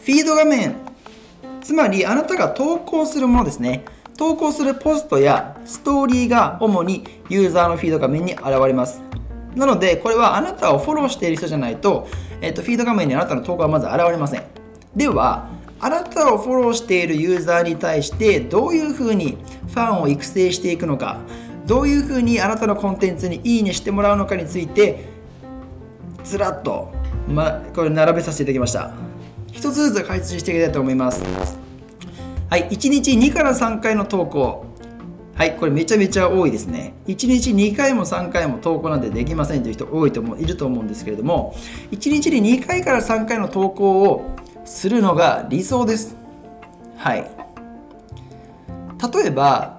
フィード画面、つまりあなたが投稿するものですね。投稿するポストやストーリーが主にユーザーのフィード画面に現れます。なのでこれはあなたをフォローしている人じゃないと、フィード画面にあなたの投稿はまず現れません。ではあなたをフォローしているユーザーに対してどういうふうにファンを育成していくのか、どういうふうにあなたのコンテンツにいいねしてもらうのかについてずらっと、これ並べさせていただきました。一つずつ解説していきたいと思います。はい、1日2から3回の投稿。はい、これめちゃめちゃ多いですね。1日2回も3回も投稿なんてできませんという人いると思うんですけれども、1日に2回から3回の投稿をするのが理想です。はい。例えば、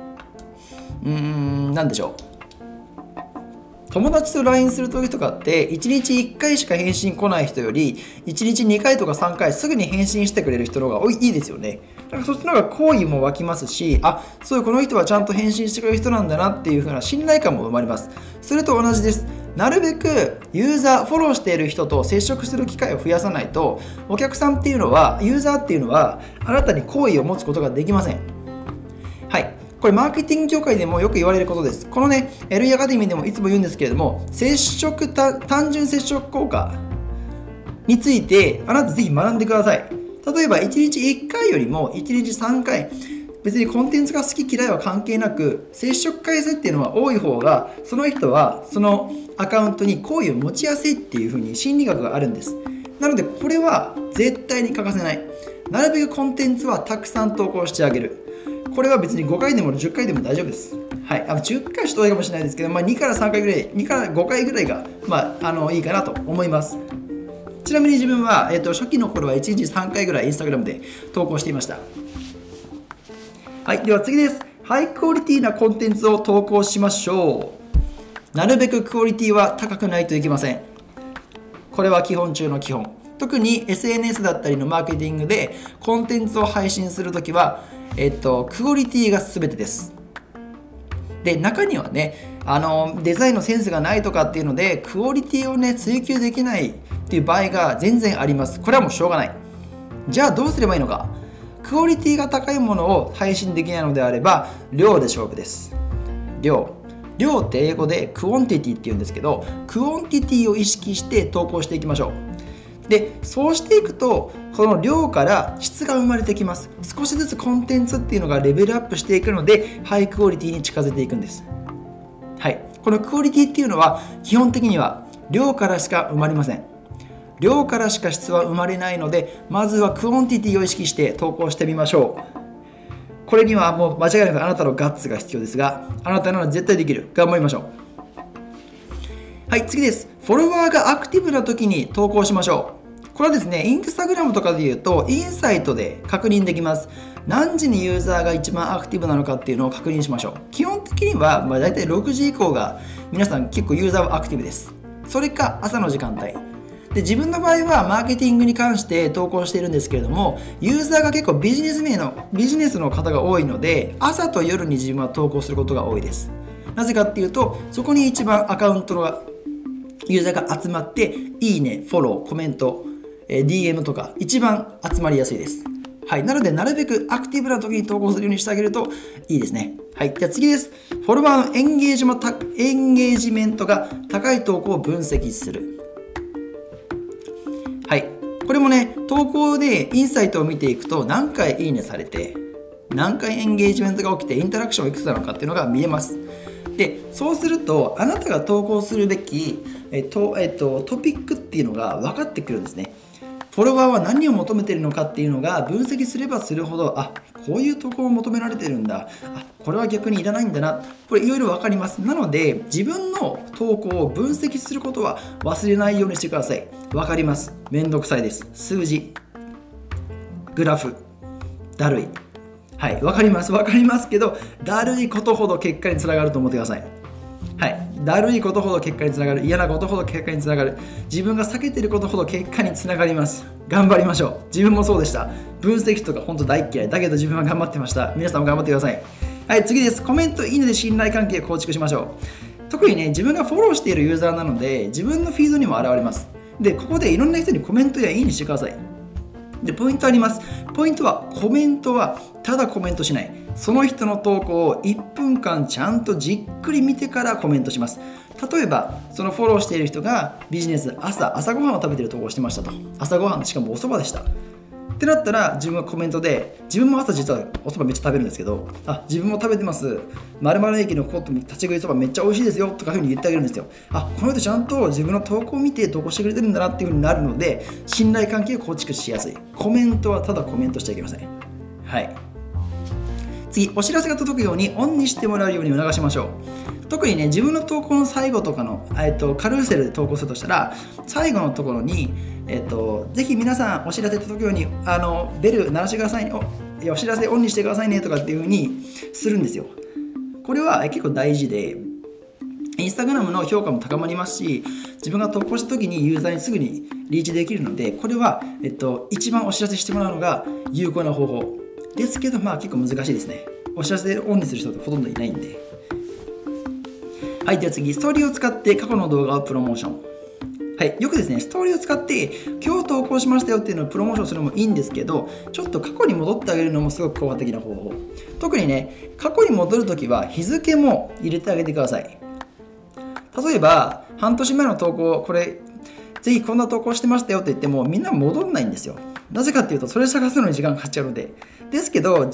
何でしょう。友達と LINE するときとかって1日1回しか返信来ない人より1日2回とか3回すぐに返信してくれる人の方がいいですよね。だからそっちの方が好意も湧きますし、そういうこの人はちゃんと返信してくれる人なんだなっていう風な信頼感も生まれます。それと同じです。なるべくユーザー、フォローしている人と接触する機会を増やさないと、お客さんっていうのは、ユーザーっていうのはあなたに好意を持つことができません。はい。これマーケティング業界でもよく言われることです。このね、LE アカデミーでもいつも言うんですけれども、単純接触効果についてあなたぜひ学んでください。例えば1日1回よりも1日3回、別にコンテンツが好き嫌いは関係なく、接触回数っていうのは多い方が、その人はそのアカウントに好意を持ちやすいっていう風に心理学があるんです。なのでこれは絶対に欠かせない。なるべくコンテンツはたくさん投稿してあげる。これは別に5回でも10回でも大丈夫です。はい。10回はちょっと多いかもしれないですけど、2から3回ぐらい、2から5回ぐらいが、いいかなと思います。ちなみに自分は、初期の頃は1日3回ぐらいインスタグラムで投稿していました。はい。では次です。ハイクオリティなコンテンツを投稿しましょう。なるべくクオリティは高くないといけません。これは基本中の基本。特に SNS だったりのマーケティングでコンテンツを配信するときは、クオリティが全てです。で、中にはね、デザインのセンスがないとかっていうので、クオリティをね、追求できないっていう場合が全然あります。これはもうしょうがない。じゃあどうすればいいのか。クオリティが高いものを配信できないのであれば、量で勝負です。量って英語でクオンティティって言うんですけど、クオンティティを意識して投稿していきましょう。で、そうしていくと、この量から質が生まれてきます。少しずつコンテンツっていうのがレベルアップしていくので、ハイクオリティに近づいていくんです。はい。このクオリティっていうのは、基本的には量からしか生まれません。量からしか質は生まれないので、まずはクオンティティを意識して投稿してみましょう。これにはもう間違いなくあなたのガッツが必要ですが、あなたなら絶対できる。頑張りましょう。はい、次です。フォロワーがアクティブな時に投稿しましょう。これはですね、インスタグラムとかで言うと、インサイトで確認できます。何時にユーザーが一番アクティブなのかっていうのを確認しましょう。基本的には、だいたい6時以降が皆さん結構ユーザーはアクティブです。それか朝の時間帯。で、自分の場合はマーケティングに関して投稿しているんですけれども、ユーザーが結構ビジネスの方が多いので、朝と夜に自分は投稿することが多いです。なぜかっていうと、そこに一番アカウントのユーザーが集まって、いいね、フォロー、コメント、DM とか一番集まりやすいです。はい。なので、なるべくアクティブな時に投稿するようにしてあげるといいですね。はい。じゃあ次です。フォロワーのエンゲージメントが高い投稿を分析する。はい。これもね、投稿でインサイトを見ていくと、何回いいねされて、何回エンゲージメントが起きて、インタラクションいくつなのかっていうのが見えます。で、そうすると、あなたが投稿するべきトピックっていうのが分かってくるんですね。フォロワーは何を求めているのかっていうのが分析すればするほど、こういう投稿を求められてるんだ、これは逆にいらないんだな、これいろいろ分かります。なので自分の投稿を分析することは忘れないようにしてください。分かります。めんどくさいです。数字、グラフ、だるい。はい、分かりますけど、だるいことほど結果につながると思ってください。はい、だるいことほど結果につながる、嫌なことほど結果につながる、自分が避けていることほど結果につながります。頑張りましょう。自分もそうでした。分析とか本当大嫌いだけど自分は頑張ってました。皆さんも頑張ってください。はい、次です。コメントいいねで信頼関係を構築しましょう。特にね、自分がフォローしているユーザーなので自分のフィードにも現れます。で、ここでいろんな人にコメントやいいねしてください。 で、ポイントあります。ポイントは、コメントはただコメントしない。その人の投稿を1分間ちゃんとじっくり見てからコメントします。例えば、そのフォローしている人がビジネス朝ごはんを食べてる投稿をしてましたと。朝ごはん、しかもお蕎麦でした。ってなったら、自分はコメントで、自分も朝実はお蕎麦めっちゃ食べるんですけど、自分も食べてます。〇〇駅の立ち食いそばめっちゃ美味しいですよとかいうふうに言ってあげるんですよ。この人ちゃんと自分の投稿を見て投稿してくれてるんだなっていうふうになるので、信頼関係を構築しやすい。コメントはただコメントしちゃいけません。はい。次、お知らせが届くようにオンにしてもらうように促しましょう。特にね、自分の投稿の最後とかの、カルーセルで投稿するとしたら、最後のところに、ぜひ皆さんお知らせ届くようにベル鳴らしてくださいね、お知らせオンにしてくださいねとかっていう風にするんですよ。これは結構大事で、インスタグラムの評価も高まりますし、自分が投稿した時にユーザーにすぐにリーチできるので、これは、一番お知らせしてもらうのが有効な方法ですけど、結構難しいですね。お知らせでオンにする人ってほとんどいないんで。はい、では次、ストーリーを使って過去の動画をプロモーション。はい、よくですね、ストーリーを使って今日投稿しましたよっていうのをプロモーションするのもいいんですけど、ちょっと過去に戻ってあげるのもすごく効果的な方法。特にね、過去に戻るときは日付も入れてあげてください。例えば、半年前の投稿、これ、ぜひこんな投稿してましたよって言っても、みんな戻んないんですよ。なぜかっていうと、それ探すのに時間かかっちゃうので。ですけど、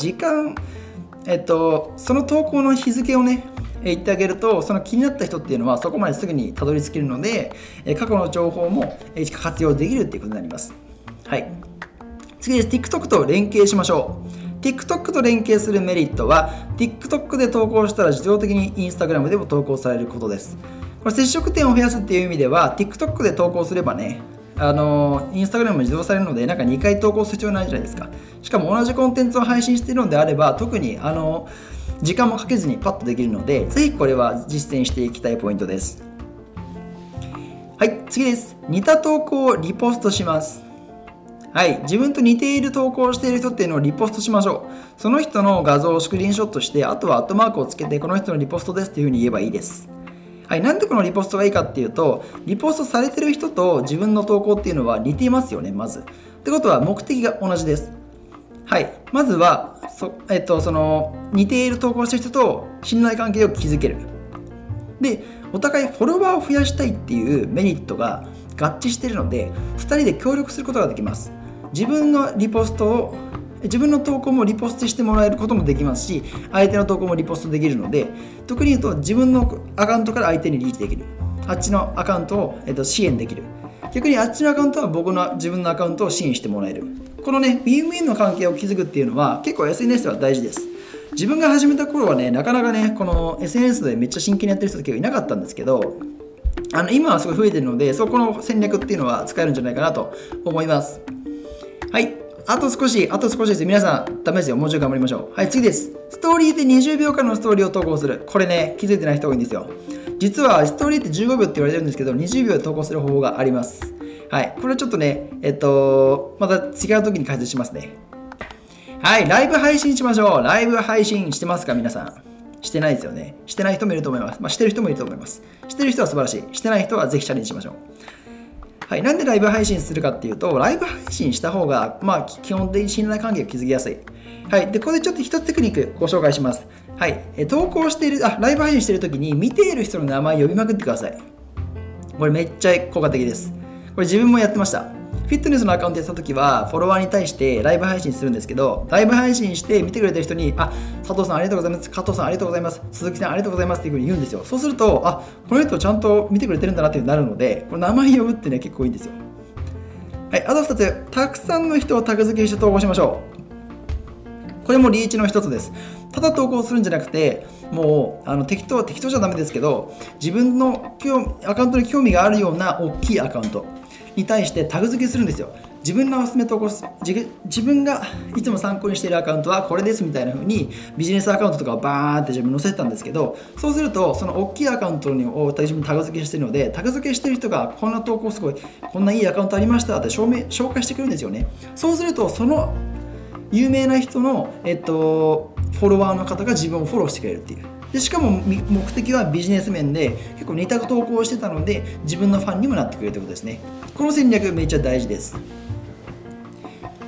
その投稿の日付をね、言ってあげると、その気になった人っていうのはそこまですぐにたどり着けるので、過去の情報も活用できるっていうことになります。はい。次です。TikTok と連携しましょう。TikTok と連携するメリットは、TikTok で投稿したら自動的に Instagram でも投稿されることです。これ接触点を増やすっていう意味では、TikTok で投稿すればね、Instagram も自動されるので、2回投稿する必要ないじゃないですか。しかも同じコンテンツを配信しているのであれば、特に時間もかけずにパッとできるので、ぜひこれは実践していきたいポイントです。はい、次です。似た投稿をリポストします。はい、自分と似ている投稿をしている人っていうのをリポストしましょう。その人の画像をスクリーンショットして、あとはアットマークをつけて、この人のリポストですっていうふうに言えばいいです。はい、なんでこのリポストがいいかっていうと、リポストされてる人と自分の投稿っていうのは似ていますよね、まず。ってことは目的が同じです。はい、まずはその似ている投稿してる人と信頼関係を築ける。で、お互いフォロワーを増やしたいっていうメリットが合致しているので、2人で協力することができます。自分の投稿もリポストしてもらえることもできますし、相手の投稿もリポストできるので、特に言うと自分のアカウントから相手にリーチできる。あっちのアカウントを、支援できる。逆にあっちのアカウントは自分のアカウントを支援してもらえる。このね、ウィンウィンの関係を築くっていうのは結構 SNS では大事です。自分が始めた頃はね、なかなかね、この SNS でめっちゃ真剣にやってる人結構いなかったんですけど、今はすごい増えてるので、そこの戦略っていうのは使えるんじゃないかなと思います。はい。あと少しです。皆さん、ダメですよ。もうちょい頑張りましょう。はい、次です。ストーリーで20秒間のストーリーを投稿する。これね、気づいてない人多いんですよ。実は、ストーリーって15秒って言われてるんですけど、20秒で投稿する方法があります。はい。これちょっとね、また違う時に解説しますね。はい。ライブ配信しましょう。ライブ配信してますか、皆さん。してないですよね。してない人もいると思います。してる人もいると思います。してる人は素晴らしい。してない人はぜひチャレンジしましょう。はい、なんでライブ配信するかっていうと、ライブ配信した方が、基本的に信頼関係を築きやすい。はい、でここでちょっと一つテクニックご紹介します。はい、投稿している、ライブ配信しているときに見ている人の名前呼びまくってください。これめっちゃ効果的です。これ自分もやってました。フィットネスのアカウントやったときは、フォロワーに対してライブ配信するんですけど、ライブ配信して見てくれてる人に、佐藤さんありがとうございます、加藤さんありがとうございます、鈴木さんありがとうございますっていうふうに言うんですよ。そうすると、この人ちゃんと見てくれてるんだなってなるので、これ名前呼ぶってね、結構いいんですよ。はい、あと2つ、たくさんの人をタグ付けして投稿しましょう。これもリーチの一つです。ただ投稿するんじゃなくて、もう適当じゃダメですけど、自分のアカウントに興味があるような大きいアカウントに対してタグ付けするんですよ。自分のおすすめ投稿自分がいつも参考にしているアカウントはこれですみたいな風にビジネスアカウントとかをバーって自分載せてたんですけど、そうするとその大きいアカウントを自分タグ付けしてるので、タグ付けしてる人がこんな投稿すごい、こんないいアカウントありましたって紹介してくるんですよね。そうするとその有名な人の、フォロワーの方が自分をフォローしてくれるっていう。でしかも目的はビジネス面で結構似た投稿をしてたので、自分のファンにもなってくれるということですね。この戦略めっちゃ大事です。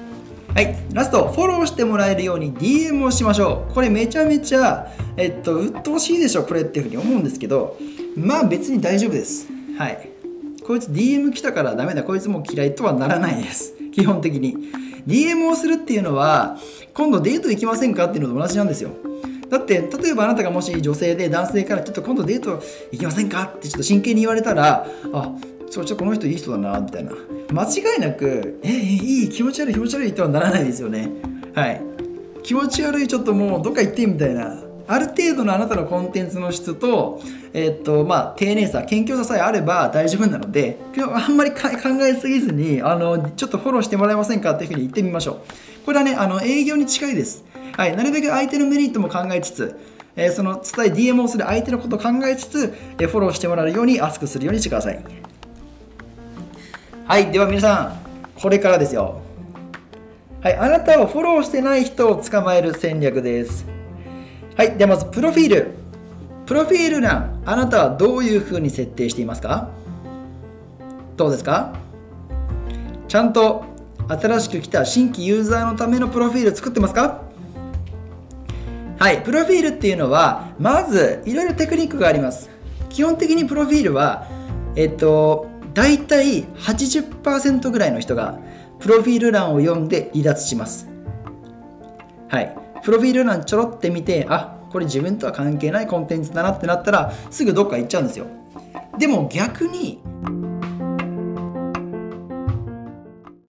はい、ラスト、フォローしてもらえるように DM をしましょう。これめちゃめちゃ、鬱陶しいでしょ、これっていうふうに思うんですけど、まあ別に大丈夫です。はい。こいつ DM 来たからダメだ、こいつもう嫌いとはならないです。基本的に。DM をするっていうのは、今度デート行きませんかっていうのと同じなんですよ。だって、例えばあなたがもし女性で男性からちょっと今度デート行きませんかってちょっと真剣に言われたら、あ、ちょこの人いい人だなみたいな、間違いなくいい気持ち悪いとはならないですよね。はい、気持ち悪い、ちょっともうどっか行ってみたいな、ある程度のあなたのコンテンツの質と、丁寧さ、謙虚ささえあれば大丈夫なので、あんまり考えすぎずにちょっとフォローしてもらえませんかっていうふうに言ってみましょう。これはね、営業に近いです。はい、なるべく相手のメリットも考えつつ、その伝え DM をする相手のことを考えつつ、フォローしてもらえるようにアスクするようにしてください。はい、では皆さん、これからですよ。はい、あなたをフォローしてない人を捕まえる戦略です。はい、ではまずプロフィール。プロフィール欄、あなたはどういう風に設定していますか？どうですか？ちゃんと新しく来た新規ユーザーのためのプロフィール作ってますか？はい、プロフィールっていうのは、まずいろいろテクニックがあります。基本的にプロフィールは、だいたい 80% ぐらいの人がプロフィール欄を読んで離脱します。はい、プロフィール欄ちょろって見て、あ、これ自分とは関係ないコンテンツだなってなったらすぐどっか行っちゃうんですよ。でも逆に